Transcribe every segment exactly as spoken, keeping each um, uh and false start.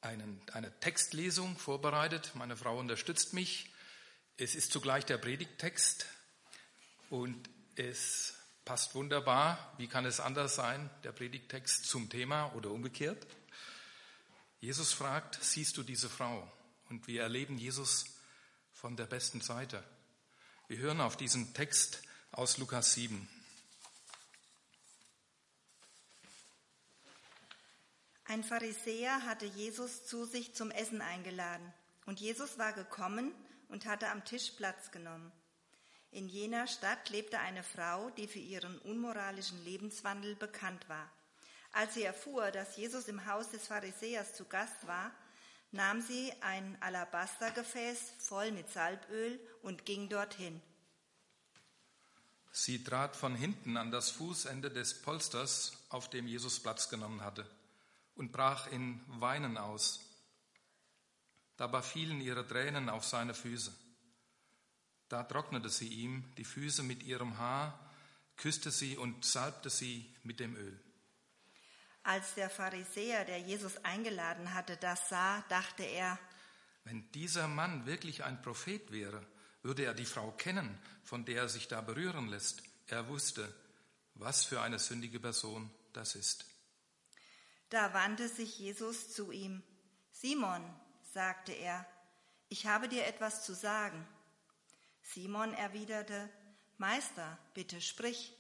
einen, eine Textlesung vorbereitet. Meine Frau unterstützt mich. Es ist zugleich der Predigttext und es passt wunderbar. Wie kann es anders sein, der Predigttext zum Thema oder umgekehrt? Jesus fragt, siehst du diese Frau? Und wir erleben Jesus von der besten Seite. Wir hören auf diesen Text aus Lukas sieben. Ein Pharisäer hatte Jesus zu sich zum Essen eingeladen, und Jesus war gekommen und hatte am Tisch Platz genommen. In jener Stadt lebte eine Frau, die für ihren unmoralischen Lebenswandel bekannt war. Als sie erfuhr, dass Jesus im Haus des Pharisäers zu Gast war, nahm sie ein Alabastergefäß voll mit Salböl und ging dorthin. Sie trat von hinten an das Fußende des Polsters, auf dem Jesus Platz genommen hatte, und brach in Weinen aus. Dabei fielen ihre Tränen auf seine Füße. Da trocknete sie ihm die Füße mit ihrem Haar, küsste sie und salbte sie mit dem Öl. Als der Pharisäer, der Jesus eingeladen hatte, das sah, dachte er: Wenn dieser Mann wirklich ein Prophet wäre, würde er die Frau kennen, von der er sich da berühren lässt. Er wusste, was für eine sündige Person das ist. Da wandte sich Jesus zu ihm. Simon, sagte er, ich habe dir etwas zu sagen. Simon erwiderte, Meister, bitte sprich.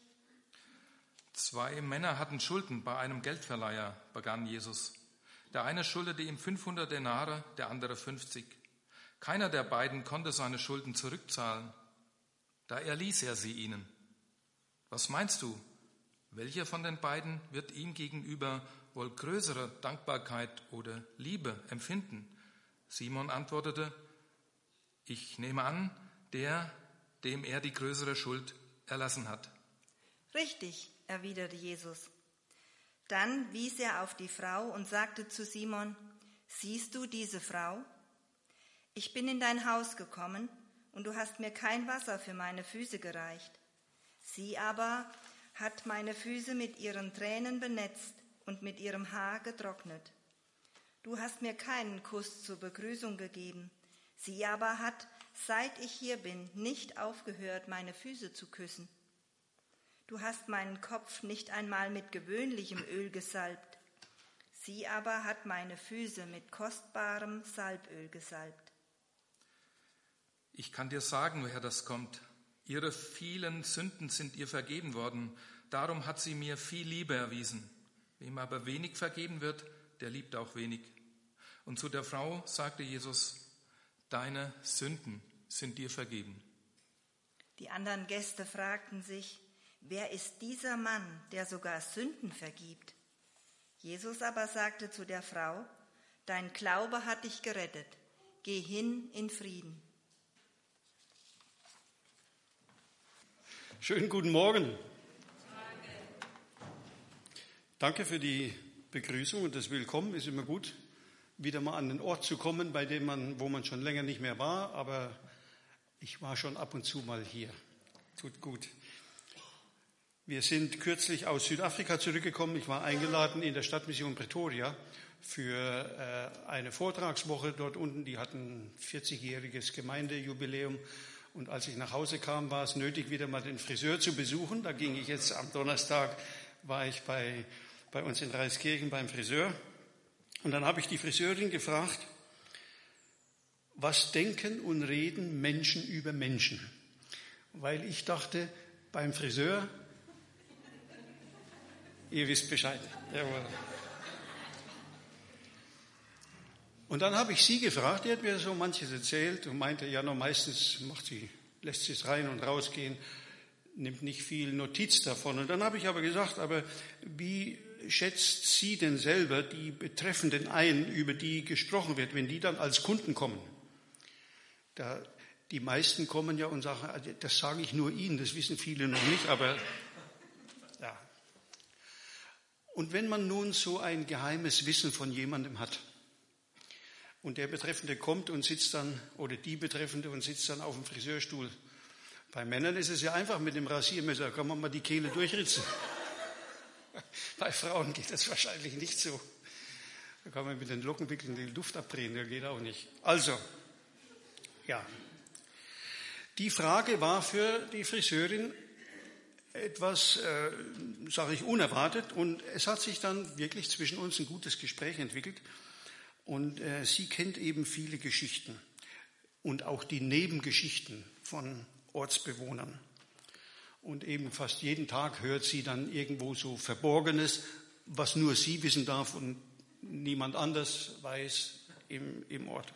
Zwei Männer hatten Schulden bei einem Geldverleiher, begann Jesus. Der eine schuldete ihm fünfhundert Denare, der andere fünfzig. Keiner der beiden konnte seine Schulden zurückzahlen. Da erließ er sie ihnen. Was meinst du? Welcher von den beiden wird ihm gegenüber wohl größere Dankbarkeit oder Liebe empfinden? Simon antwortete, ich nehme an, der, dem er die größere Schuld erlassen hat. Richtig, erwiderte Jesus. Dann wies er auf die Frau und sagte zu Simon, siehst du diese Frau? Ich bin in dein Haus gekommen und du hast mir kein Wasser für meine Füße gereicht. Sie aber hat meine Füße mit ihren Tränen benetzt und mit ihrem Haar getrocknet. Du hast mir keinen Kuss zur Begrüßung gegeben. Sie aber hat, seit ich hier bin, nicht aufgehört, meine Füße zu küssen. Du hast meinen Kopf nicht einmal mit gewöhnlichem Öl gesalbt. Sie aber hat meine Füße mit kostbarem Salböl gesalbt. Ich kann dir sagen, woher das kommt. Ihre vielen Sünden sind ihr vergeben worden. Darum hat sie mir viel Liebe erwiesen. Wem aber wenig vergeben wird, der liebt auch wenig. Und zu der Frau sagte Jesus, deine Sünden sind dir vergeben. Die anderen Gäste fragten sich, wer ist dieser Mann, der sogar Sünden vergibt? Jesus aber sagte zu der Frau, dein Glaube hat dich gerettet. Geh hin in Frieden. Schönen guten Morgen. Danke für die Begrüßung und das Willkommen. Ist immer gut, wieder mal an den Ort zu kommen, bei dem man, wo man schon länger nicht mehr war. Aber ich war schon ab und zu mal hier. Tut gut. Wir sind kürzlich aus Südafrika zurückgekommen. Ich war eingeladen in der Stadtmission Pretoria für äh, eine Vortragswoche dort unten. Die hatten vierzigjähriges Gemeindejubiläum. Und als ich nach Hause kam, war es nötig, wieder mal den Friseur zu besuchen. Da ging ich jetzt am Donnerstag, war ich bei, bei uns in Reiskirchen beim Friseur. Und dann habe ich die Friseurin gefragt, was denken und reden Menschen über Menschen? Weil ich dachte, beim Friseur, ihr wisst Bescheid. Jawohl. Und dann habe ich sie gefragt, die hat mir so manches erzählt und meinte, ja, no, meistens macht sie, lässt sie es rein und rausgehen, nimmt nicht viel Notiz davon. Und dann habe ich aber gesagt, aber wie schätzt sie denn selber die Betreffenden ein, über die gesprochen wird, wenn die dann als Kunden kommen? Da, die meisten kommen ja und sagen, das sage ich nur Ihnen, das wissen viele noch nicht, aber ja. Und wenn man nun so ein geheimes Wissen von jemandem hat, und der Betreffende kommt und sitzt dann, oder die Betreffende und sitzt dann auf dem Friseurstuhl. Bei Männern ist es ja einfach mit dem Rasiermesser, kann man mal die Kehle durchritzen. Bei Frauen geht das wahrscheinlich nicht so. Da kann man mit den Lockenwickeln die Luft abdrehen, das geht auch nicht. Also, ja. Die Frage war für die Friseurin etwas, äh, sage ich, unerwartet. Und es hat sich dann wirklich zwischen uns ein gutes Gespräch entwickelt. Und äh, sie kennt eben viele Geschichten und auch die Nebengeschichten von Ortsbewohnern. Und eben fast jeden Tag hört sie dann irgendwo so Verborgenes, was nur sie wissen darf und niemand anders weiß im, im Ort.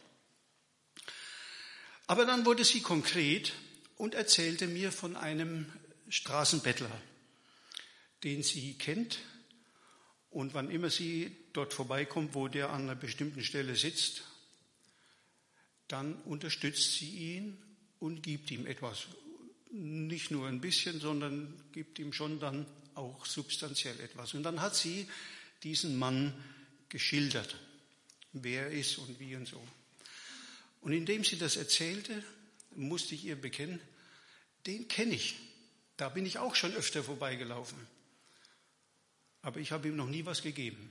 Aber dann wurde sie konkret und erzählte mir von einem Straßenbettler, den sie kennt. Und wann immer sie dort vorbeikommt, wo der an einer bestimmten Stelle sitzt, dann unterstützt sie ihn und gibt ihm etwas. Nicht nur ein bisschen, sondern gibt ihm schon dann auch substanziell etwas. Und dann hat sie diesen Mann geschildert, wer er ist und wie und so. Und indem sie das erzählte, musste ich ihr bekennen, den kenne ich. Da bin ich auch schon öfter vorbeigelaufen. Aber ich habe ihm noch nie was gegeben.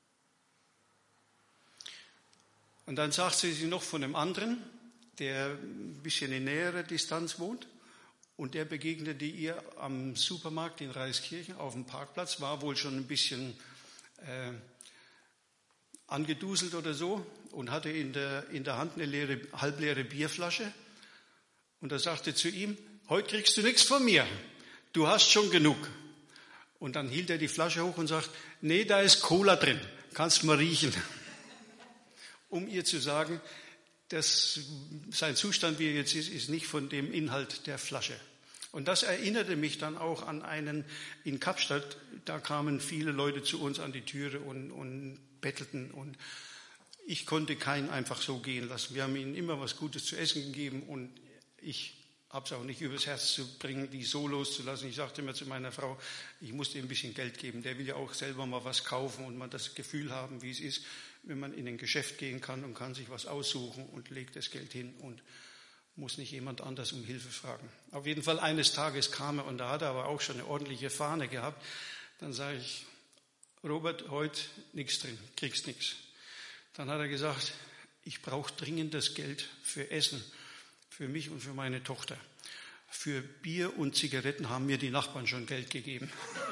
Und dann sagte sie noch von einem anderen, der ein bisschen in näherer Distanz wohnt. Und der begegnete ihr am Supermarkt in Reiskirchen auf dem Parkplatz, war wohl schon ein bisschen äh, angeduselt oder so und hatte in der, in der Hand eine leere, halbleere Bierflasche. Und er sagte zu ihm, heute kriegst du nichts von mir, du hast schon genug. Und dann hielt er die Flasche hoch und sagt, nee, da ist Cola drin, kannst mal riechen. Um ihr zu sagen, dass sein Zustand, wie er jetzt ist, ist nicht von dem Inhalt der Flasche. Und das erinnerte mich dann auch an einen in Kapstadt, da kamen viele Leute zu uns an die Türe und, und bettelten und ich konnte keinen einfach so gehen lassen. Wir haben ihnen immer was Gutes zu essen gegeben und ich habe es auch nicht übers Herz zu bringen, die so loszulassen. Ich sagte immer zu meiner Frau, ich musste ihm ein bisschen Geld geben. Der will ja auch selber mal was kaufen und mal das Gefühl haben, wie es ist, wenn man in ein Geschäft gehen kann und kann sich was aussuchen und legt das Geld hin und muss nicht jemand anders um Hilfe fragen. Auf jeden Fall eines Tages kam er und da hat er aber auch schon eine ordentliche Fahne gehabt. Dann sage ich, Robert, heute nichts drin, kriegst nichts. Dann hat er gesagt, ich brauche dringend das Geld für Essen, für mich und für meine Tochter. Für Bier und Zigaretten haben mir die Nachbarn schon Geld gegeben.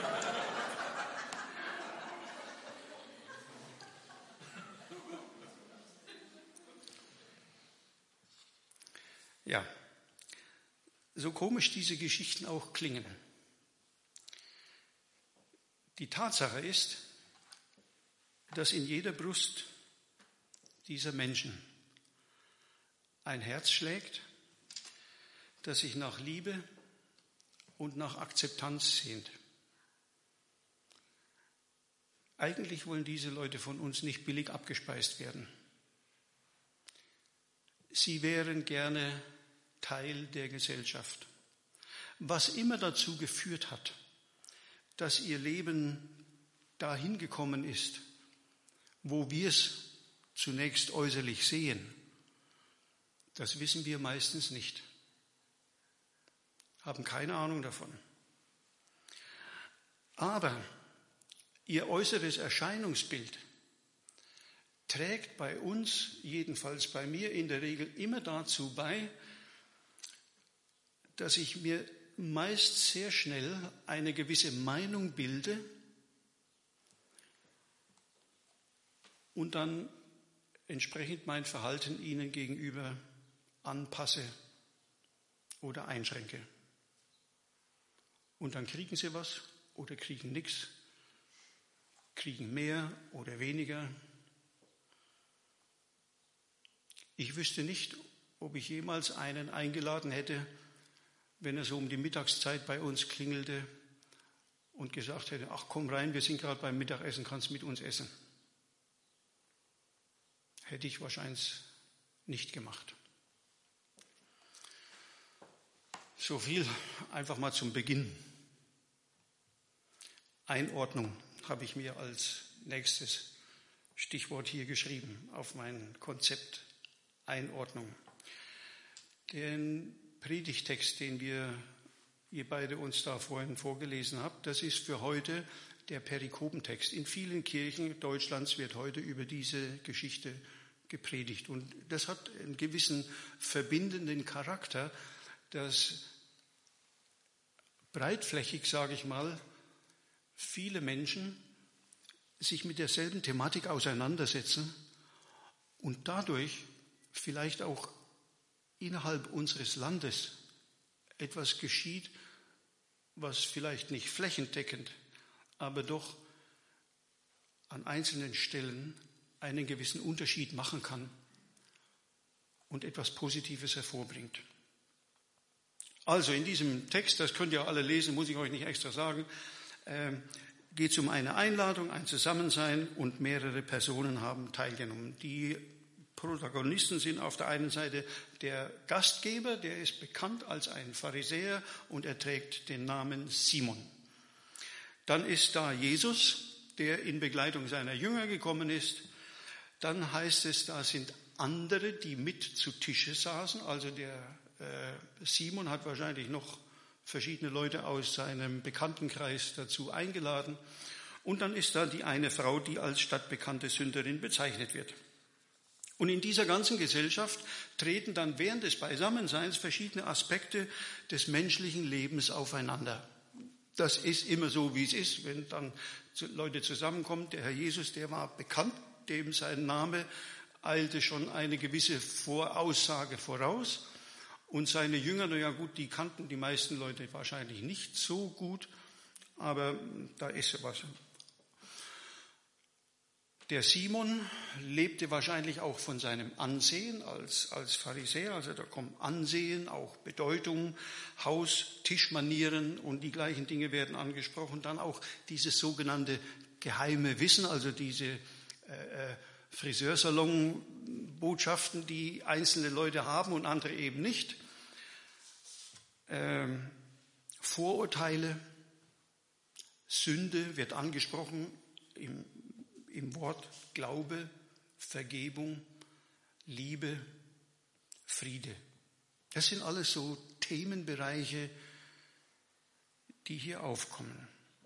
Ja, so komisch diese Geschichten auch klingen. Die Tatsache ist, dass in jeder Brust dieser Menschen ein Herz schlägt, das sich nach Liebe und nach Akzeptanz sehnt. Eigentlich wollen diese Leute von uns nicht billig abgespeist werden. Sie wären gerne Teil der Gesellschaft. Was immer dazu geführt hat, dass ihr Leben dahin gekommen ist, wo wir es zunächst äußerlich sehen, das wissen wir meistens nicht. Haben keine Ahnung davon. Aber ihr äußeres Erscheinungsbild trägt bei uns, jedenfalls bei mir in der Regel, immer dazu bei, dass ich mir meist sehr schnell eine gewisse Meinung bilde und dann entsprechend mein Verhalten ihnen gegenüber anpasse oder einschränke. Und dann kriegen sie was oder kriegen nichts, kriegen mehr oder weniger. Ich wüsste nicht, ob ich jemals einen eingeladen hätte, wenn er so um die Mittagszeit bei uns klingelte und gesagt hätte, ach komm rein, wir sind gerade beim Mittagessen, kannst mit uns essen. Hätte ich wahrscheinlich nicht gemacht. So viel einfach mal zum Beginn. Einordnung habe ich mir als nächstes Stichwort hier geschrieben auf mein Konzept Einordnung. Den Predigtext, den wir, ihr beide uns da vorhin vorgelesen habt, das ist für heute der Perikopentext. In vielen Kirchen Deutschlands wird heute über diese Geschichte gepredigt. Und das hat einen gewissen verbindenden Charakter, dass breitflächig, sage ich mal, viele Menschen sich mit derselben Thematik auseinandersetzen und dadurch vielleicht auch innerhalb unseres Landes etwas geschieht, was vielleicht nicht flächendeckend, aber doch an einzelnen Stellen einen gewissen Unterschied machen kann und etwas Positives hervorbringt. Also in diesem Text, das könnt ihr alle lesen, muss ich euch nicht extra sagen, äh, geht es um eine Einladung, ein Zusammensein und mehrere Personen haben teilgenommen. Die Protagonisten sind auf der einen Seite der Gastgeber, der ist bekannt als ein Pharisäer und er trägt den Namen Simon. Dann ist da Jesus, der in Begleitung seiner Jünger gekommen ist. Dann heißt es, da sind andere, die mit zu Tische saßen. Also der äh, Simon hat wahrscheinlich noch verschiedene Leute aus seinem Bekanntenkreis dazu eingeladen. Und dann ist da die eine Frau, die als stadtbekannte Sünderin bezeichnet wird. Und in dieser ganzen Gesellschaft treten dann während des Beisammenseins verschiedene Aspekte des menschlichen Lebens aufeinander. Das ist immer so, wie es ist, wenn dann Leute zusammenkommen. Der Herr Jesus, der war bekannt, dem sein Name eilte schon eine gewisse Voraussage voraus. Und seine Jünger, na ja gut, die kannten die meisten Leute wahrscheinlich nicht so gut, aber da ist was. Der Simon lebte wahrscheinlich auch von seinem Ansehen als, als Pharisäer, also da kommt Ansehen, auch Bedeutung, Haus, Tischmanieren und die gleichen Dinge werden angesprochen. Dann auch dieses sogenannte geheime Wissen, also diese äh, Friseursalon-Botschaften, die einzelne Leute haben und andere eben nicht. Ähm, Vorurteile, Sünde wird angesprochen im Im Wort Glaube, Vergebung, Liebe, Friede. Das sind alles so Themenbereiche, die hier aufkommen.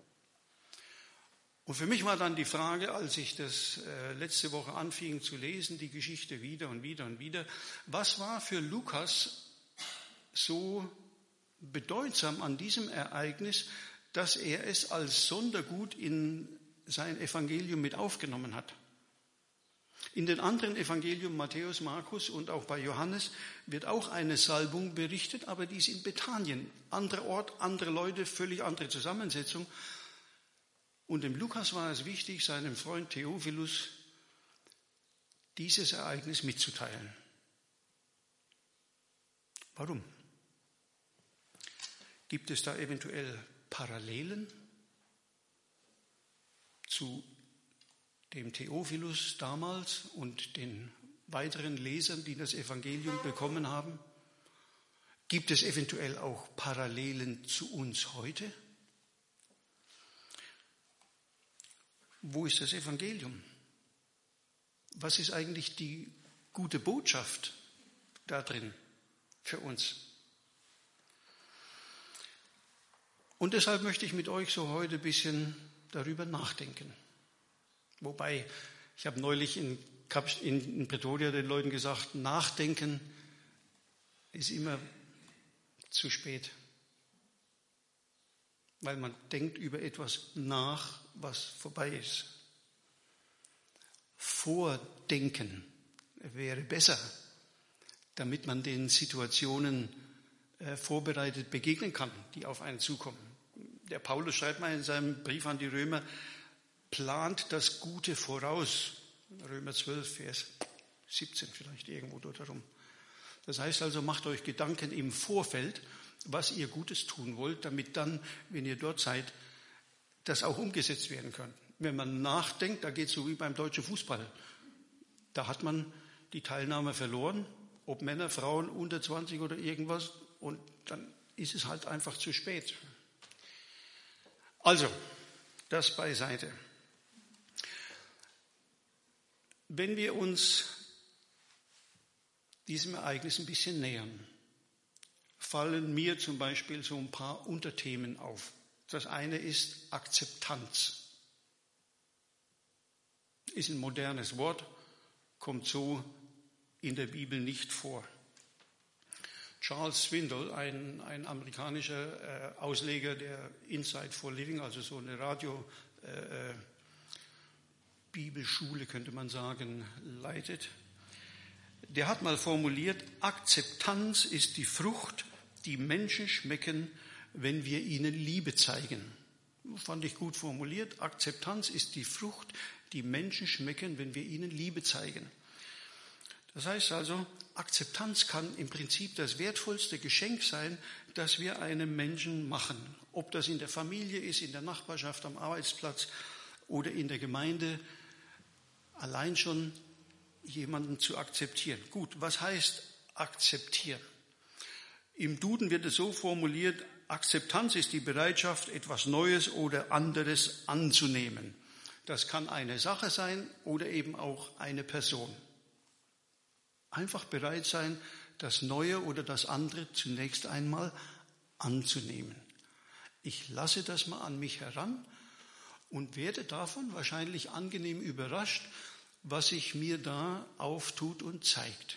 Und für mich war dann die Frage, als ich das äh, letzte Woche anfing zu lesen, die Geschichte wieder und wieder und wieder, was war für Lukas so bedeutsam an diesem Ereignis, dass er es als Sondergut in sein Evangelium mit aufgenommen hat. In den anderen Evangelien, Matthäus, Markus und auch bei Johannes, wird auch eine Salbung berichtet, aber die ist in Bethanien. Anderer Ort, andere Leute, völlig andere Zusammensetzung. Und dem Lukas war es wichtig, seinem Freund Theophilus dieses Ereignis mitzuteilen. Warum? Gibt es da eventuell Parallelen zu dem Theophilus damals und den weiteren Lesern, die das Evangelium bekommen haben? Gibt es eventuell auch Parallelen zu uns heute? Wo ist das Evangelium? Was ist eigentlich die gute Botschaft da drin für uns? Und deshalb möchte ich mit euch so heute ein bisschen darüber nachdenken. Wobei, ich habe neulich in, in Pretoria den Leuten gesagt, nachdenken ist immer zu spät. Weil man denkt über etwas nach, was vorbei ist. Vordenken wäre besser, damit man den Situationen äh, vorbereitet begegnen kann, die auf einen zukommen. Der Paulus schreibt mal in seinem Brief an die Römer, plant das Gute voraus. Römer zwölf, Vers siebzehn vielleicht irgendwo dort herum. Das heißt also, macht euch Gedanken im Vorfeld, was ihr Gutes tun wollt, damit dann, wenn ihr dort seid, das auch umgesetzt werden kann. Wenn man nachdenkt, da geht es so wie beim deutschen Fußball. Da hat man die Teilnahme verloren, ob Männer, Frauen, unter zwanzig oder irgendwas, und dann ist es halt einfach zu spät. Also, das beiseite. Wenn wir uns diesem Ereignis ein bisschen nähern, fallen mir zum Beispiel so ein paar Unterthemen auf. Das eine ist Akzeptanz. Ist ein modernes Wort, kommt so in der Bibel nicht vor. Charles Swindoll, ein, ein amerikanischer äh, Ausleger der Insight for Living, also so eine Radio-Bibelschule, äh, könnte man sagen, leitet, der hat mal formuliert, Akzeptanz ist die Frucht, die Menschen schmecken, wenn wir ihnen Liebe zeigen. Fand ich gut formuliert. Akzeptanz ist die Frucht, die Menschen schmecken, wenn wir ihnen Liebe zeigen. Das heißt also, Akzeptanz kann im Prinzip das wertvollste Geschenk sein, das wir einem Menschen machen. Ob das in der Familie ist, in der Nachbarschaft, am Arbeitsplatz oder in der Gemeinde, allein schon jemanden zu akzeptieren. Gut, was heißt akzeptieren? Im Duden wird es so formuliert, Akzeptanz ist die Bereitschaft, etwas Neues oder anderes anzunehmen. Das kann eine Sache sein oder eben auch eine Person. Einfach bereit sein, das Neue oder das andere zunächst einmal anzunehmen. Ich lasse das mal an mich heran und werde davon wahrscheinlich angenehm überrascht, was sich mir da auftut und zeigt.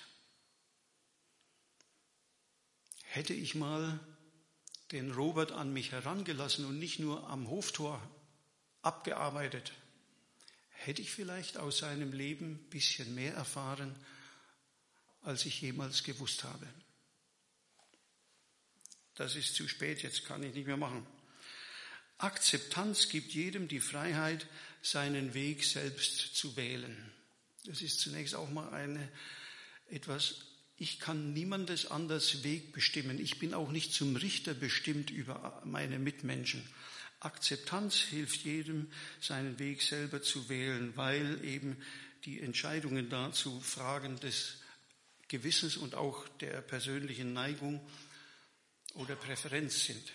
Hätte ich mal den Robert an mich herangelassen und nicht nur am Hoftor abgearbeitet, hätte ich vielleicht aus seinem Leben ein bisschen mehr erfahren, als ich jemals gewusst habe. Das ist zu spät, jetzt kann ich nicht mehr machen. Akzeptanz gibt jedem die Freiheit, seinen Weg selbst zu wählen. Das ist zunächst auch mal eine, etwas, ich kann niemandes anders Weg bestimmen. Ich bin auch nicht zum Richter bestimmt über meine Mitmenschen. Akzeptanz hilft jedem, seinen Weg selber zu wählen, weil eben die Entscheidungen dazu Fragen des Gewissens und auch der persönlichen Neigung oder Präferenz sind.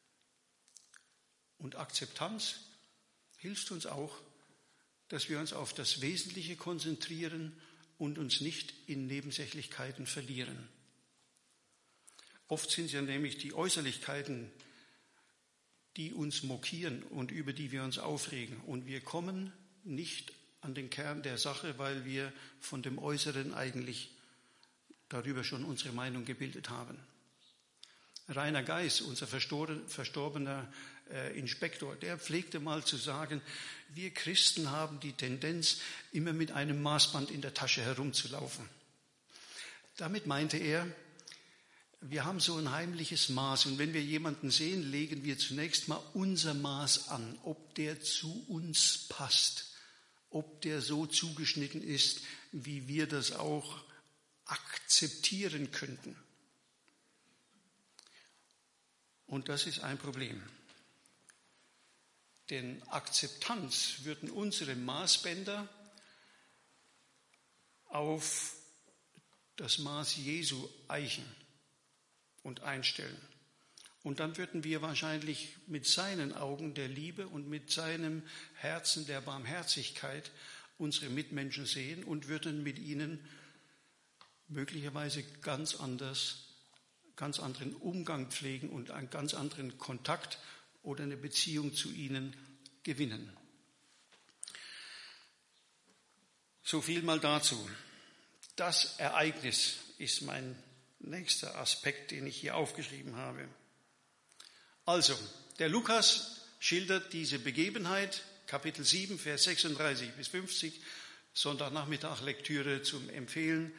Und Akzeptanz hilft uns auch, dass wir uns auf das Wesentliche konzentrieren und uns nicht in Nebensächlichkeiten verlieren. Oft sind es ja nämlich die Äußerlichkeiten, die uns mokieren und über die wir uns aufregen. Und wir kommen nicht an den Kern der Sache, weil wir von dem Äußeren eigentlich darüber schon unsere Meinung gebildet haben. Rainer Geis, unser verstorbener äh, Inspektor, der pflegte mal zu sagen, wir Christen haben die Tendenz, immer mit einem Maßband in der Tasche herumzulaufen. Damit meinte er, wir haben so ein heimliches Maß und wenn wir jemanden sehen, legen wir zunächst mal unser Maß an, ob der zu uns passt, ob der so zugeschnitten ist, wie wir das auch akzeptieren könnten. Und das ist ein Problem. Denn Akzeptanz würden unsere Maßbänder auf das Maß Jesu eichen und einstellen. Und dann würden wir wahrscheinlich mit seinen Augen der Liebe und mit seinem Herzen der Barmherzigkeit unsere Mitmenschen sehen und würden mit ihnen möglicherweise ganz anders, ganz anderen Umgang pflegen und einen ganz anderen Kontakt oder eine Beziehung zu ihnen gewinnen. So viel mal dazu. Das Ereignis ist mein nächster Aspekt, den ich hier aufgeschrieben habe. Also, der Lukas schildert diese Begebenheit, Kapitel sieben, Vers sechsunddreißig bis fünfzig, Sonntagnachmittag Lektüre zum Empfehlen.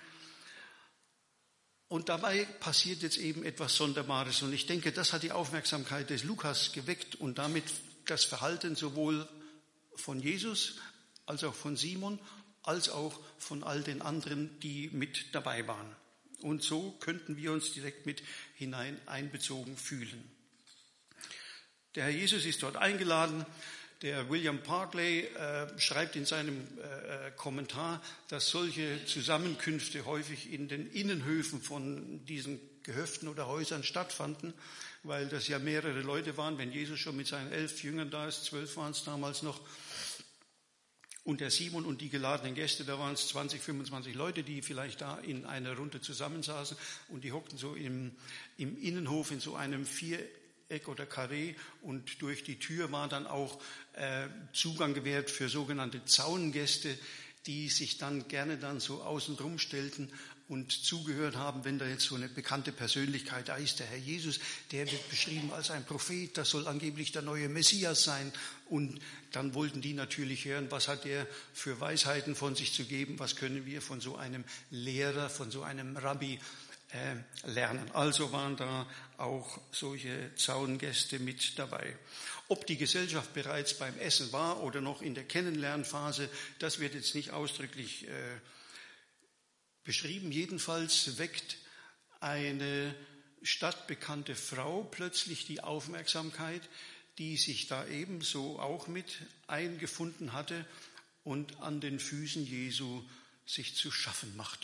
Und dabei passiert jetzt eben etwas Sonderbares. Und ich denke, das hat die Aufmerksamkeit des Lukas geweckt und damit das Verhalten sowohl von Jesus als auch von Simon, als auch von all den anderen, die mit dabei waren. Und so könnten wir uns direkt mit hinein einbezogen fühlen. Der Herr Jesus ist dort eingeladen. Der William Barclay äh, schreibt in seinem äh, Kommentar, dass solche Zusammenkünfte häufig in den Innenhöfen von diesen Gehöften oder Häusern stattfanden, weil das ja mehrere Leute waren. Wenn Jesus schon mit seinen elf Jüngern da ist, zwölf waren es damals noch, und der Simon und die geladenen Gäste, da waren es zwanzig, fünfundzwanzig Leute, die vielleicht da in einer Runde zusammensaßen und die hockten so im, im Innenhof in so einem vier Eck oder Karree und durch die Tür war dann auch äh, Zugang gewährt für sogenannte Zaungäste, die sich dann gerne dann so außen drum stellten und zugehört haben, wenn da jetzt so eine bekannte Persönlichkeit, da ist der Herr Jesus, der wird beschrieben als ein Prophet, das soll angeblich der neue Messias sein. Und dann wollten die natürlich hören, was hat der für Weisheiten von sich zu geben, was können wir von so einem Lehrer, von so einem Rabbi äh, lernen. Also waren da auch solche Zaungäste mit dabei. Ob die Gesellschaft bereits beim Essen war oder noch in der Kennenlernphase, das wird jetzt nicht ausdrücklich äh, beschrieben. Jedenfalls weckt eine stadtbekannte Frau plötzlich die Aufmerksamkeit, die sich da ebenso auch mit eingefunden hatte und an den Füßen Jesu sich zu schaffen machte.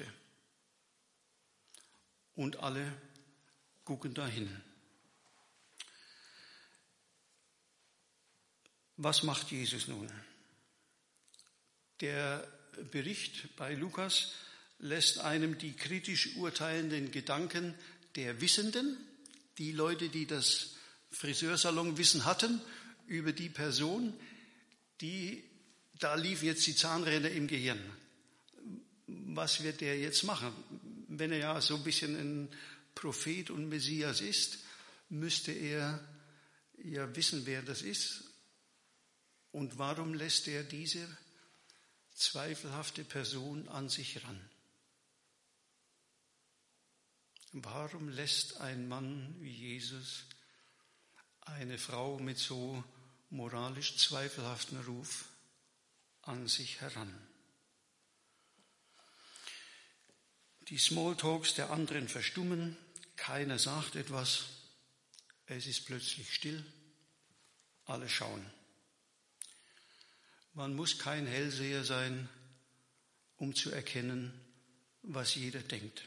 Und alle gucken dahin. Was macht Jesus nun? Der Bericht bei Lukas lässt einem die kritisch urteilenden Gedanken der Wissenden, die Leute, die das Friseursalonwissen hatten, über die Person, die, da lief jetzt die Zahnräder im Gehirn. Was wird der jetzt machen? Wenn er ja so ein bisschen ein Prophet und Messias ist, müsste er ja wissen, wer das ist. Und warum lässt er diese zweifelhafte Person an sich ran? Warum lässt ein Mann wie Jesus eine Frau mit so moralisch zweifelhaften Ruf an sich heran? Die Smalltalks der anderen verstummen, keiner sagt etwas, es ist plötzlich still, alle schauen. Man muss kein Hellseher sein, um zu erkennen, was jeder denkt.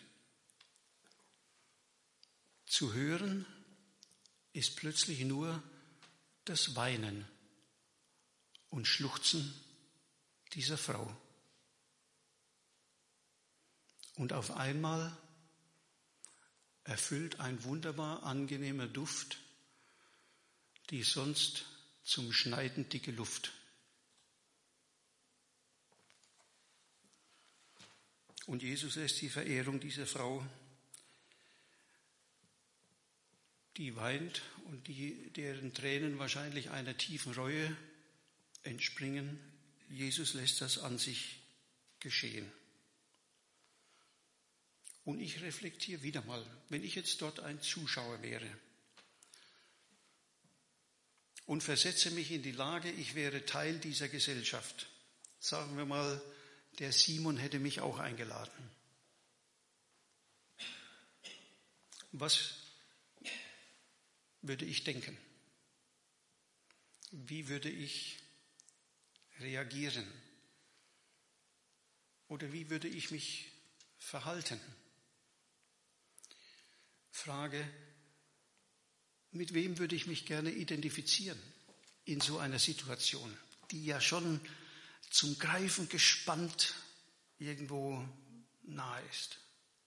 Zu hören ist plötzlich nur das Weinen und Schluchzen dieser Frau. Und auf einmal erfüllt ein wunderbar angenehmer Duft die sonst zum Schneiden dicke Luft. Und Jesus lässt die Verehrung dieser Frau, die weint und die, deren Tränen wahrscheinlich einer tiefen Reue entspringen, Jesus lässt das an sich geschehen. Und ich reflektiere wieder mal, wenn ich jetzt dort ein Zuschauer wäre und versetze mich in die Lage, ich wäre Teil dieser Gesellschaft. Sagen wir mal, der Simon hätte mich auch eingeladen. Was würde ich denken? Wie würde ich reagieren? Oder wie würde ich mich verhalten? Frage, mit wem würde ich mich gerne identifizieren in so einer Situation, die ja schon zum Greifen gespannt irgendwo nahe ist?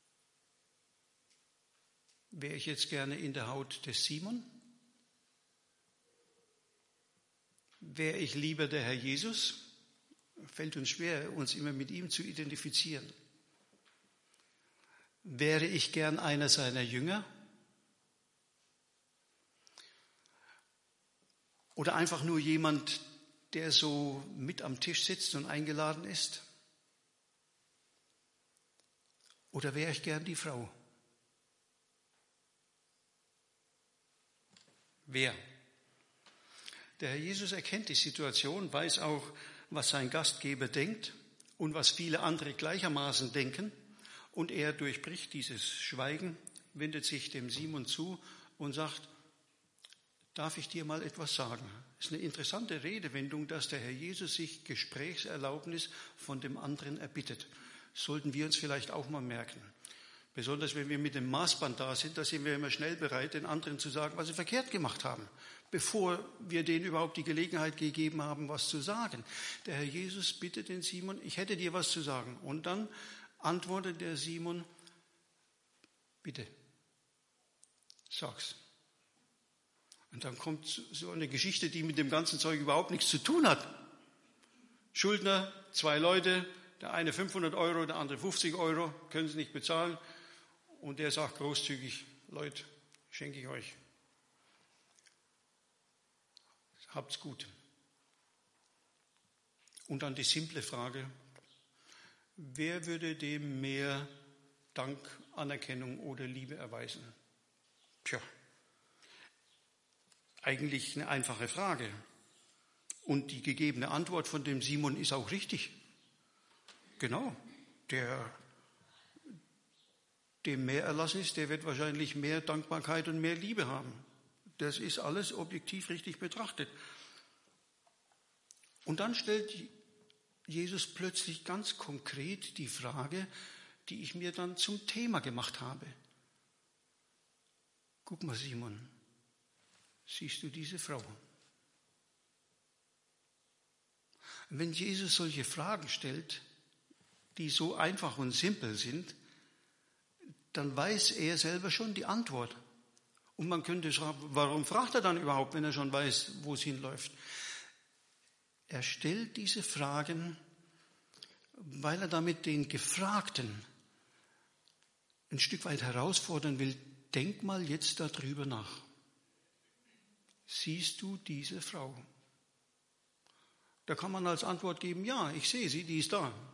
Wäre ich jetzt gerne in der Haut des Simon? Wäre ich lieber der Herr Jesus? Fällt uns schwer, uns immer mit ihm zu identifizieren. Wäre ich gern einer seiner Jünger? Oder einfach nur jemand, der so mit am Tisch sitzt und eingeladen ist? Oder wäre ich gern die Frau? Wer? Der Herr Jesus erkennt die Situation, weiß auch, was sein Gastgeber denkt und was viele andere gleichermaßen denken. Und er durchbricht dieses Schweigen, wendet sich dem Simon zu und sagt, darf ich dir mal etwas sagen? Das ist eine interessante Redewendung, dass der Herr Jesus sich Gesprächserlaubnis von dem anderen erbittet. Sollten wir uns vielleicht auch mal merken. Besonders wenn wir mit dem Maßband da sind, da sind wir immer schnell bereit, den anderen zu sagen, was sie verkehrt gemacht haben, bevor wir denen überhaupt die Gelegenheit gegeben haben, was zu sagen. Der Herr Jesus bittet den Simon, ich hätte dir was zu sagen. Und dann antwortet der Simon, bitte, sag's. Und dann kommt so eine Geschichte, die mit dem ganzen Zeug überhaupt nichts zu tun hat. Schuldner, zwei Leute, der eine fünfhundert Euro, der andere fünfzig Euro, können sie nicht bezahlen. Und der sagt großzügig, Leute, schenke ich euch. Habt's gut. Und dann die simple Frage, wer würde dem mehr Dank, Anerkennung oder Liebe erweisen? Tja, eigentlich eine einfache Frage. Und die gegebene Antwort von dem Simon ist auch richtig. Genau, der, dem mehr erlassen ist, der wird wahrscheinlich mehr Dankbarkeit und mehr Liebe haben. Das ist alles objektiv richtig betrachtet. Und dann stellt Jesus plötzlich ganz konkret die Frage, die ich mir dann zum Thema gemacht habe. Guck mal, Simon, siehst du diese Frau? Wenn Jesus solche Fragen stellt, die so einfach und simpel sind, dann weiß er selber schon die Antwort. Und man könnte fragen, warum fragt er dann überhaupt, wenn er schon weiß, wo es hinläuft? Er stellt diese Fragen, weil er damit den Gefragten ein Stück weit herausfordern will. Denk mal jetzt darüber nach. Siehst du diese Frau? Da kann man als Antwort geben, ja, ich sehe sie, die ist da.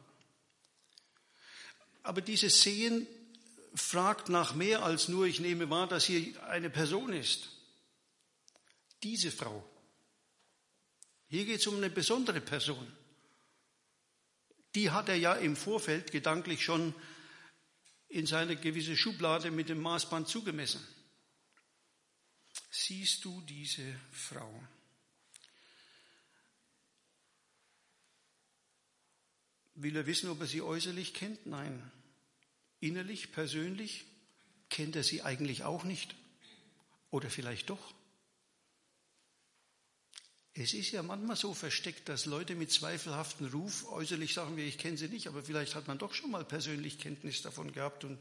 Aber dieses Sehen fragt nach mehr als nur, ich nehme wahr, dass hier eine Person ist. Diese Frau. Hier geht es um eine besondere Person. Die hat er ja im Vorfeld gedanklich schon in seine gewisse Schublade mit dem Maßband zugemessen. Siehst du diese Frau? Will er wissen, ob er sie äußerlich kennt? Nein. Innerlich, persönlich kennt er sie eigentlich auch nicht. Oder vielleicht doch. Es ist ja manchmal so versteckt, dass Leute mit zweifelhaftem Ruf äußerlich sagen wir, ich kenne sie nicht, aber vielleicht hat man doch schon mal persönlich Kenntnis davon gehabt und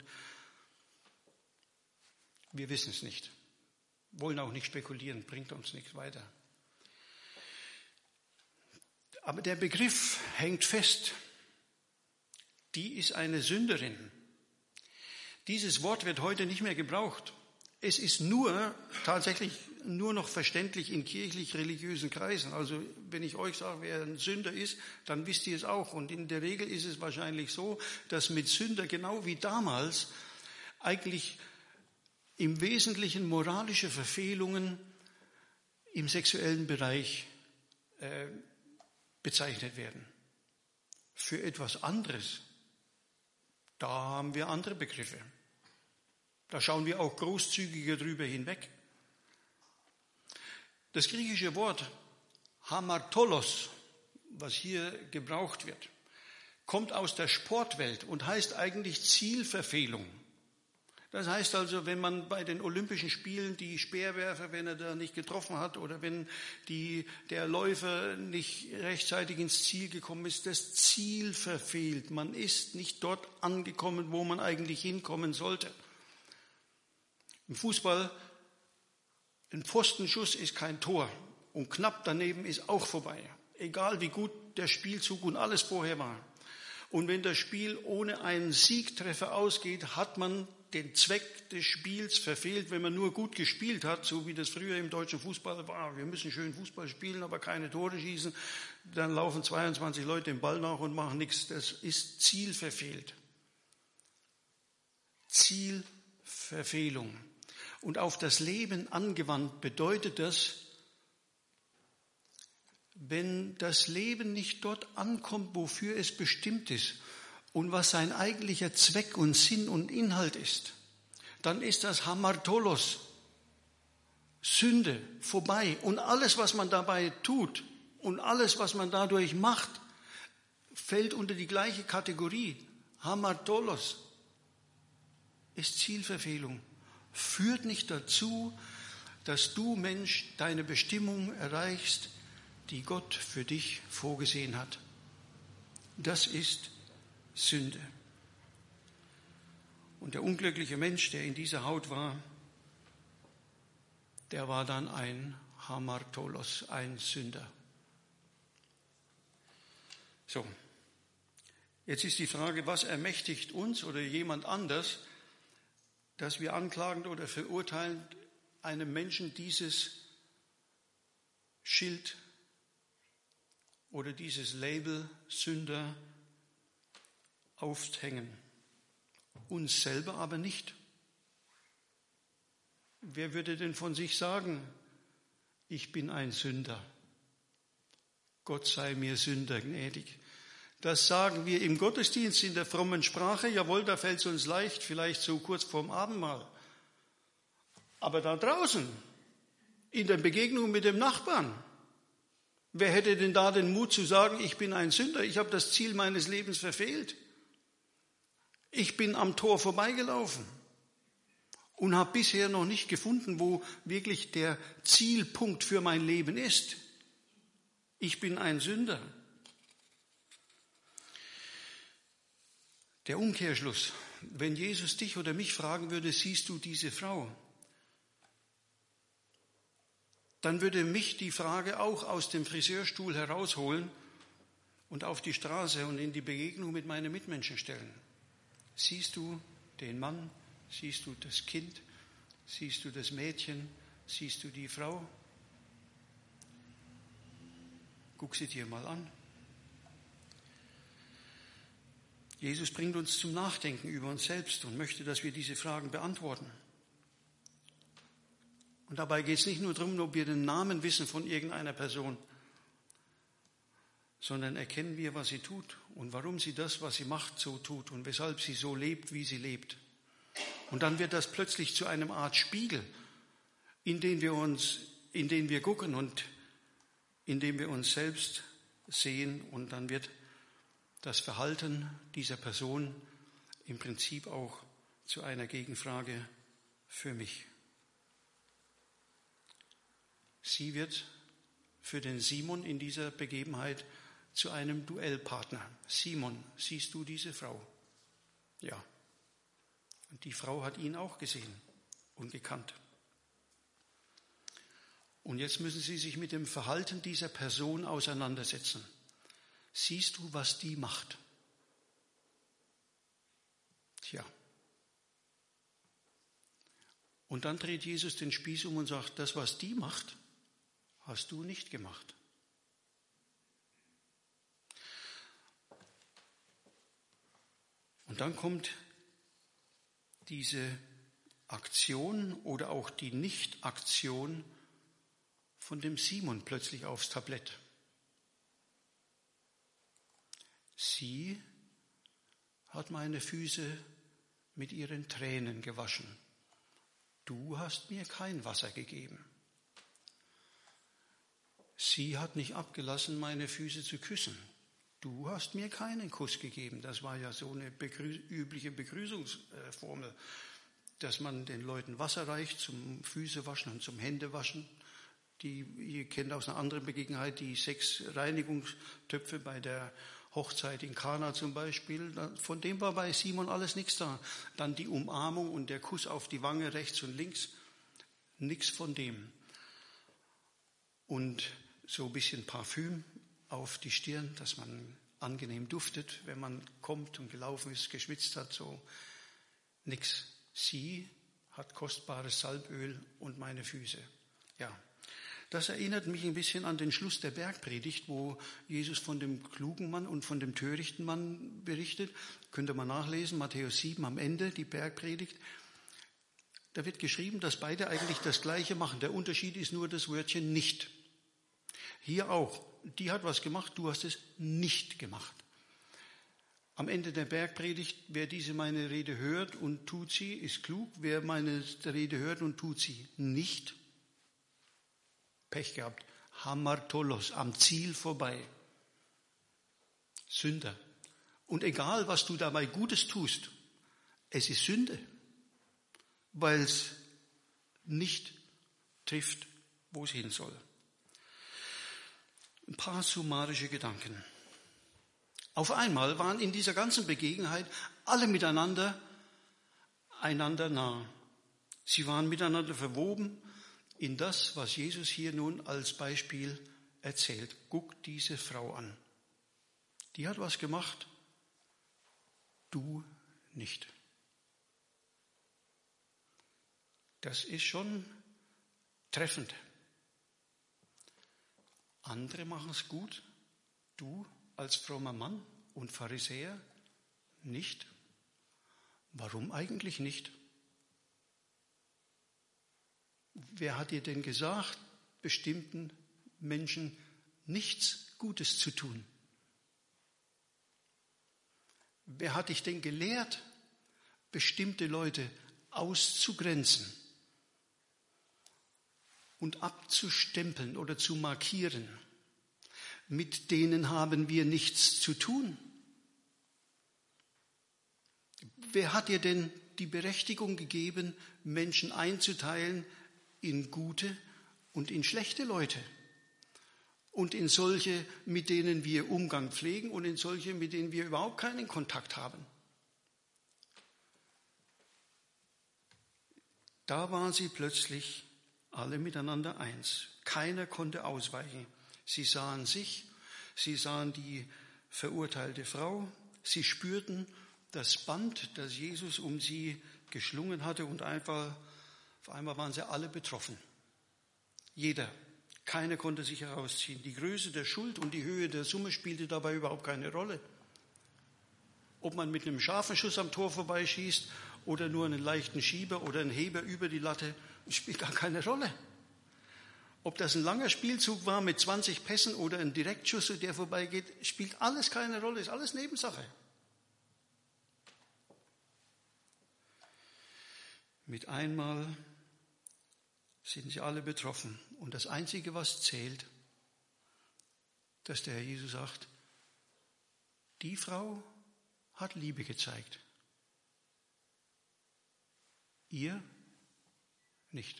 wir wissen es nicht. Wollen auch nicht spekulieren, bringt uns nichts weiter. Aber der Begriff hängt fest. Die ist eine Sünderin. Dieses Wort wird heute nicht mehr gebraucht. Es ist nur tatsächlich nur noch verständlich in kirchlich-religiösen Kreisen. Also wenn ich euch sage, wer ein Sünder ist, dann wisst ihr es auch. Und in der Regel ist es wahrscheinlich so, dass mit Sünder genau wie damals eigentlich im Wesentlichen moralische Verfehlungen im sexuellen Bereich äh, bezeichnet werden. Für etwas anderes, da haben wir andere Begriffe. Da schauen wir auch großzügiger drüber hinweg. Das griechische Wort Hamartolos, was hier gebraucht wird, kommt aus der Sportwelt und heißt eigentlich Zielverfehlung. Das heißt also, wenn man bei den Olympischen Spielen die Speerwerfer, wenn er da nicht getroffen hat oder wenn die, der Läufer nicht rechtzeitig ins Ziel gekommen ist, das Ziel verfehlt. Man ist nicht dort angekommen, wo man eigentlich hinkommen sollte. Im Fußball, ein Pfostenschuss ist kein Tor und knapp daneben ist auch vorbei. Egal wie gut der Spielzug und alles vorher war. Und wenn das Spiel ohne einen Siegtreffer ausgeht, hat man den Zweck des Spiels verfehlt, wenn man nur gut gespielt hat, so wie das früher im deutschen Fußball war. Wir müssen schön Fußball spielen, aber keine Tore schießen. Dann laufen zweiundzwanzig Leute den Ball nach und machen nichts. Das ist Ziel verfehlt. Zielverfehlung. Und auf das Leben angewandt bedeutet das, wenn das Leben nicht dort ankommt, wofür es bestimmt ist und was sein eigentlicher Zweck und Sinn und Inhalt ist, dann ist das Hamartolos, Sünde, vorbei. Und alles, was man dabei tut und alles, was man dadurch macht, fällt unter die gleiche Kategorie. Hamartolos ist Zielverfehlung. Führt nicht dazu, dass du, Mensch, deine Bestimmung erreichst, die Gott für dich vorgesehen hat. Das ist Sünde. Und der unglückliche Mensch, der in dieser Haut war, der war dann ein Hamartolos, ein Sünder. So, jetzt ist die Frage, was ermächtigt uns oder jemand anders, dass wir anklagend oder verurteilend einem Menschen dieses Schild oder dieses Label Sünder aufhängen. Uns selber aber nicht. Wer würde denn von sich sagen, ich bin ein Sünder? Gott sei mir Sünder gnädig. Das sagen wir im Gottesdienst in der frommen Sprache. Jawohl, da fällt es uns leicht, vielleicht so kurz vorm Abendmahl. Aber da draußen, in der Begegnung mit dem Nachbarn, wer hätte denn da den Mut zu sagen, ich bin ein Sünder, ich habe das Ziel meines Lebens verfehlt. Ich bin am Tor vorbeigelaufen und habe bisher noch nicht gefunden, wo wirklich der Zielpunkt für mein Leben ist. Ich bin ein Sünder. Der Umkehrschluss, wenn Jesus dich oder mich fragen würde, siehst du diese Frau? Dann würde mich die Frage auch aus dem Friseurstuhl herausholen und auf die Straße und in die Begegnung mit meinen Mitmenschen stellen. Siehst du den Mann? Siehst du das Kind? Siehst du das Mädchen? Siehst du die Frau? Guck sie dir mal an. Jesus bringt uns zum Nachdenken über uns selbst und möchte, dass wir diese Fragen beantworten. Und dabei geht es nicht nur darum, ob wir den Namen wissen von irgendeiner Person, sondern erkennen wir, was sie tut und warum sie das, was sie macht, so tut und weshalb sie so lebt, wie sie lebt. Und dann wird das plötzlich zu einer Art Spiegel, in den wir uns, in den wir gucken und in dem wir uns selbst sehen, und dann wird das Verhalten dieser Person im Prinzip auch zu einer Gegenfrage für mich. Sie wird für den Simon in dieser Begebenheit zu einem Duellpartner. Simon, siehst du diese Frau? Ja. Und die Frau hat ihn auch gesehen und gekannt. Und jetzt müssen Sie sich mit dem Verhalten dieser Person auseinandersetzen. Siehst du, was die macht? Tja. Und dann dreht Jesus den Spieß um und sagt, das, was die macht, hast du nicht gemacht. Und dann kommt diese Aktion oder auch die Nicht-Aktion von dem Simon plötzlich aufs Tablett. Sie hat meine Füße mit ihren Tränen gewaschen. Du hast mir kein Wasser gegeben. Sie hat nicht abgelassen, meine Füße zu küssen. Du hast mir keinen Kuss gegeben. Das war ja so eine begrü- übliche Begrüßungsformel, dass man den Leuten Wasser reicht zum Füßewaschen und zum Händewaschen. Die, ihr kennt aus einer anderen Begebenheit die sechs Reinigungstöpfe bei der Hochzeit in Kana zum Beispiel. Von dem war bei Simon alles nichts da. Dann die Umarmung und der Kuss auf die Wange rechts und links. Nichts von dem. Und so ein bisschen Parfüm auf die Stirn, dass man angenehm duftet, wenn man kommt und gelaufen ist, geschwitzt hat, so nix. Sie hat kostbares Salböl und meine Füße. Ja, das erinnert mich ein bisschen an den Schluss der Bergpredigt, wo Jesus von dem klugen Mann und von dem törichten Mann berichtet. Könnt ihr mal nachlesen, Matthäus sieben am Ende, die Bergpredigt. Da wird geschrieben, dass beide eigentlich das Gleiche machen. Der Unterschied ist nur das Wörtchen nicht. Hier auch. Die hat was gemacht, du hast es nicht gemacht. Am Ende der Bergpredigt, wer diese meine Rede hört und tut sie, ist klug. Wer meine Rede hört und tut sie nicht, Pech gehabt. Hamartolos, am Ziel vorbei. Sünder. Und egal, was du dabei Gutes tust, es ist Sünde, weil es nicht trifft, wo es hin soll. Ein paar summarische Gedanken. Auf einmal waren in dieser ganzen Begebenheit alle miteinander einander nah. Sie waren miteinander verwoben in das, was Jesus hier nun als Beispiel erzählt. Guck diese Frau an. Die hat was gemacht, du nicht. Das ist schon treffend. Andere machen es gut, du als frommer Mann und Pharisäer nicht. Warum eigentlich nicht? Wer hat dir denn gesagt, bestimmten Menschen nichts Gutes zu tun? Wer hat dich denn gelehrt, bestimmte Leute auszugrenzen und abzustempeln oder zu markieren? Mit denen haben wir nichts zu tun. Wer hat dir denn die Berechtigung gegeben, Menschen einzuteilen in gute und in schlechte Leute? Und in solche, mit denen wir Umgang pflegen und in solche, mit denen wir überhaupt keinen Kontakt haben? Da waren sie plötzlich alle miteinander eins. Keiner konnte ausweichen. Sie sahen sich, sie sahen die verurteilte Frau, sie spürten das Band, das Jesus um sie geschlungen hatte, und einfach, auf einmal waren sie alle betroffen. Jeder, keiner konnte sich herausziehen. Die Größe der Schuld und die Höhe der Summe spielte dabei überhaupt keine Rolle. Ob man mit einem scharfen Schuss am Tor vorbeischießt oder nur einen leichten Schieber oder einen Heber über die Latte, spielt gar keine Rolle. Ob das ein langer Spielzug war mit zwanzig Pässen oder ein Direktschuss, der vorbeigeht, spielt alles keine Rolle, ist alles Nebensache. Mit einmal sind sie alle betroffen. Und das Einzige, was zählt, dass der Herr Jesus sagt, die Frau hat Liebe gezeigt. Ihr nicht.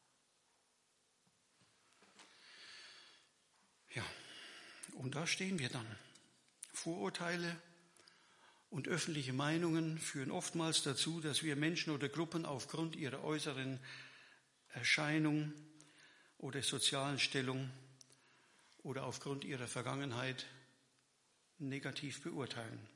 Ja, und da stehen wir dann. Vorurteile und öffentliche Meinungen führen oftmals dazu, dass wir Menschen oder Gruppen aufgrund ihrer äußeren Erscheinung oder sozialen Stellung oder aufgrund ihrer Vergangenheit negativ beurteilen.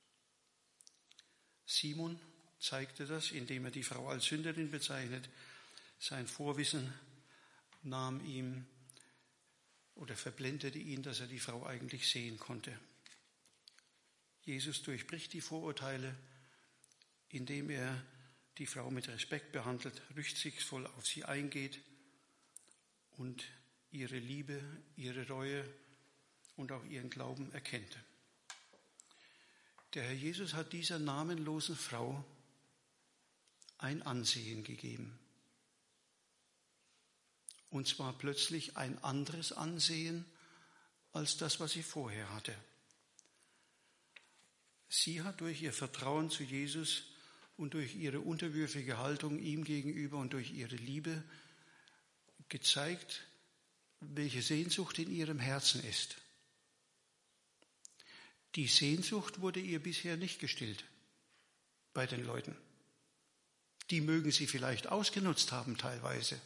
Simon zeigte das, indem er die Frau als Sünderin bezeichnet. Sein Vorwissen nahm ihm oder verblendete ihn, dass er die Frau eigentlich sehen konnte. Jesus durchbricht die Vorurteile, indem er die Frau mit Respekt behandelt, rücksichtsvoll auf sie eingeht und ihre Liebe, ihre Reue und auch ihren Glauben erkennt. Der Herr Jesus hat dieser namenlosen Frau ein Ansehen gegeben. Und zwar plötzlich ein anderes Ansehen als das, was sie vorher hatte. Sie hat durch ihr Vertrauen zu Jesus und durch ihre unterwürfige Haltung ihm gegenüber und durch ihre Liebe gezeigt, welche Sehnsucht in ihrem Herzen ist. Die Sehnsucht wurde ihr bisher nicht gestillt bei den Leuten. Die mögen sie vielleicht ausgenutzt haben teilweise.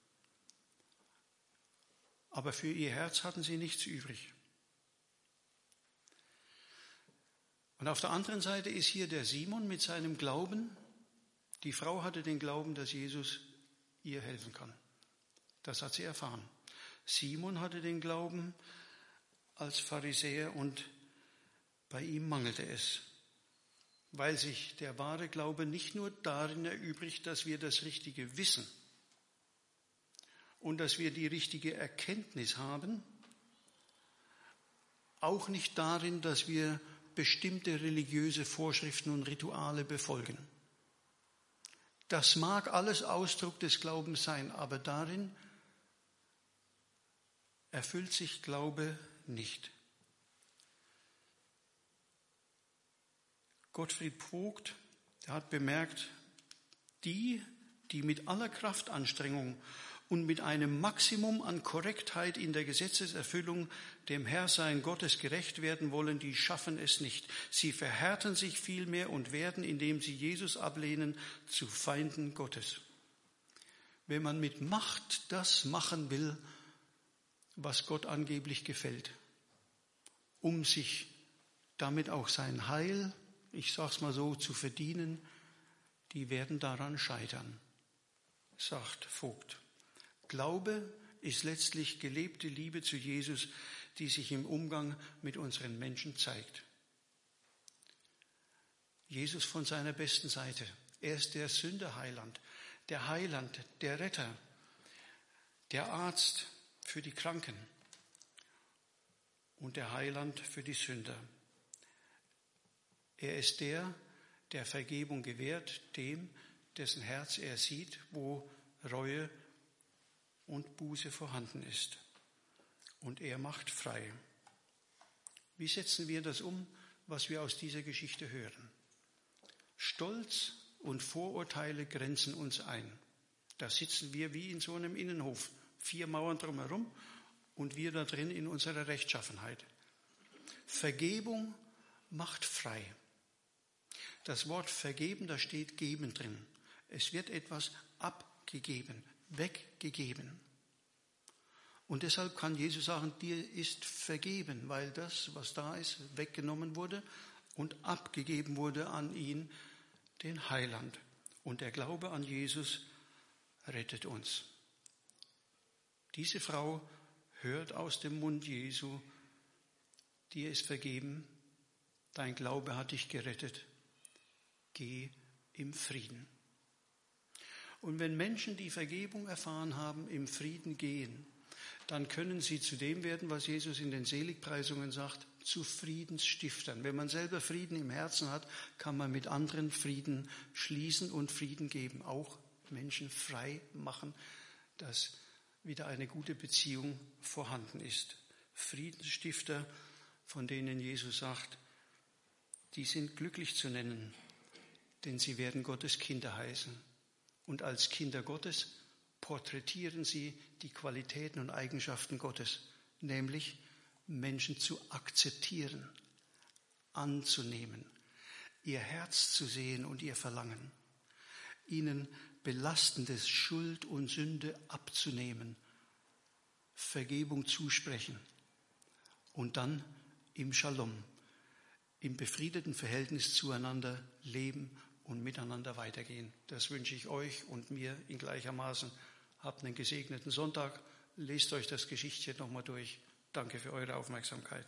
Aber für ihr Herz hatten sie nichts übrig. Und auf der anderen Seite ist hier der Simon mit seinem Glauben. Die Frau hatte den Glauben, dass Jesus ihr helfen kann. Das hat sie erfahren. Simon hatte den Glauben als Pharisäer und bei ihm mangelte es, weil sich der wahre Glaube nicht nur darin erübrigt, dass wir das Richtige wissen und dass wir die richtige Erkenntnis haben, auch nicht darin, dass wir bestimmte religiöse Vorschriften und Rituale befolgen. Das mag alles Ausdruck des Glaubens sein, aber darin erfüllt sich Glaube nicht. Gottfried Vogt, der hat bemerkt, die, die mit aller Kraftanstrengung und mit einem Maximum an Korrektheit in der Gesetzeserfüllung dem Herrsein Gottes gerecht werden wollen, die schaffen es nicht. Sie verhärten sich vielmehr und werden, indem sie Jesus ablehnen, zu Feinden Gottes. wenn man mit Macht das machen will, was Gott angeblich gefällt, um sich damit auch sein Heil, ich sag's mal so, zu verdienen, die werden daran scheitern, sagt Vogt. Glaube ist letztlich gelebte Liebe zu Jesus, die sich im Umgang mit unseren Menschen zeigt. Jesus von seiner besten Seite. Er ist der Sünderheiland, der Heiland, der Retter, der Arzt für die Kranken und der Heiland für die Sünder. Er ist der, der Vergebung gewährt, dem, dessen Herz er sieht, wo Reue und Buße vorhanden ist. Und er macht frei. Wie setzen wir das um, was wir aus dieser Geschichte hören? Stolz und Vorurteile grenzen uns ein. Da sitzen wir wie in so einem Innenhof, vier Mauern drumherum und wir da drin in unserer Rechtschaffenheit. Vergebung macht frei. Das Wort vergeben, da steht geben drin. Es wird etwas abgegeben, weggegeben. Und deshalb kann Jesus sagen, dir ist vergeben, weil das, was da ist, weggenommen wurde und abgegeben wurde an ihn, den Heiland. Und der Glaube an Jesus rettet uns. Diese Frau hört aus dem Mund Jesu, dir ist vergeben, dein Glaube hat dich gerettet, geh im Frieden. Und wenn Menschen die Vergebung erfahren haben, im Frieden gehen, dann können sie zu dem werden, was Jesus in den Seligpreisungen sagt, zu Friedensstiftern. Wenn man selber Frieden im Herzen hat, kann man mit anderen Frieden schließen und Frieden geben. Auch Menschen frei machen, dass wieder eine gute Beziehung vorhanden ist. Friedensstifter, von denen Jesus sagt, die sind glücklich zu nennen, denn sie werden Gottes Kinder heißen. Und als Kinder Gottes porträtieren sie die Qualitäten und Eigenschaften Gottes, nämlich Menschen zu akzeptieren, anzunehmen, ihr Herz zu sehen und ihr Verlangen, ihnen belastendes Schuld und Sünde abzunehmen, Vergebung zusprechen und dann im Shalom, im befriedeten Verhältnis zueinander leben und miteinander weitergehen. Das wünsche ich euch und mir in gleichermaßen. Habt einen gesegneten Sonntag. Lest euch das Geschichtchen nochmal durch. Danke für eure Aufmerksamkeit.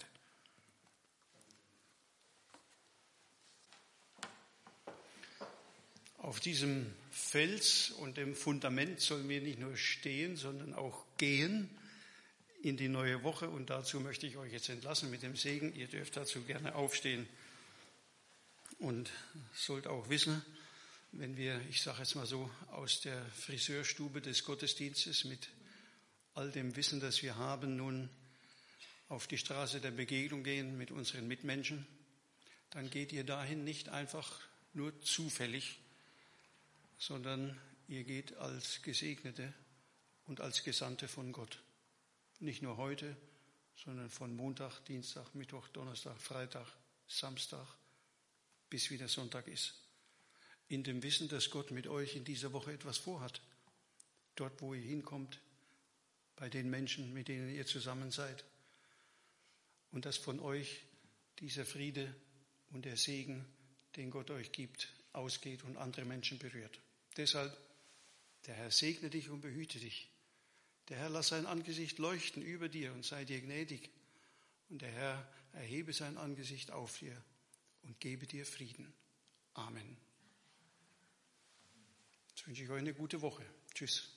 Auf diesem Fels und dem Fundament sollen wir nicht nur stehen, sondern auch gehen in die neue Woche. Und dazu möchte ich euch jetzt entlassen mit dem Segen. Ihr dürft dazu gerne aufstehen und sollt auch wissen, wenn wir, ich sage jetzt mal so, aus der Friseurstube des Gottesdienstes mit all dem Wissen, das wir haben, nun auf die Straße der Begegnung gehen mit unseren Mitmenschen, dann geht ihr dahin nicht einfach nur zufällig, sondern ihr geht als Gesegnete und als Gesandte von Gott. Nicht nur heute, sondern von Montag, Dienstag, Mittwoch, Donnerstag, Freitag, Samstag, bis wieder Sonntag ist. In dem Wissen, dass Gott mit euch in dieser Woche etwas vorhat. Dort, wo ihr hinkommt, bei den Menschen, mit denen ihr zusammen seid. Und dass von euch dieser Friede und der Segen, den Gott euch gibt, ausgeht und andere Menschen berührt. Deshalb, der Herr segne dich und behüte dich. Der Herr lasse sein Angesicht leuchten über dir und sei dir gnädig. Und der Herr erhebe sein Angesicht auf dir und gebe dir Frieden. Amen. Jetzt wünsche ich euch eine gute Woche. Tschüss.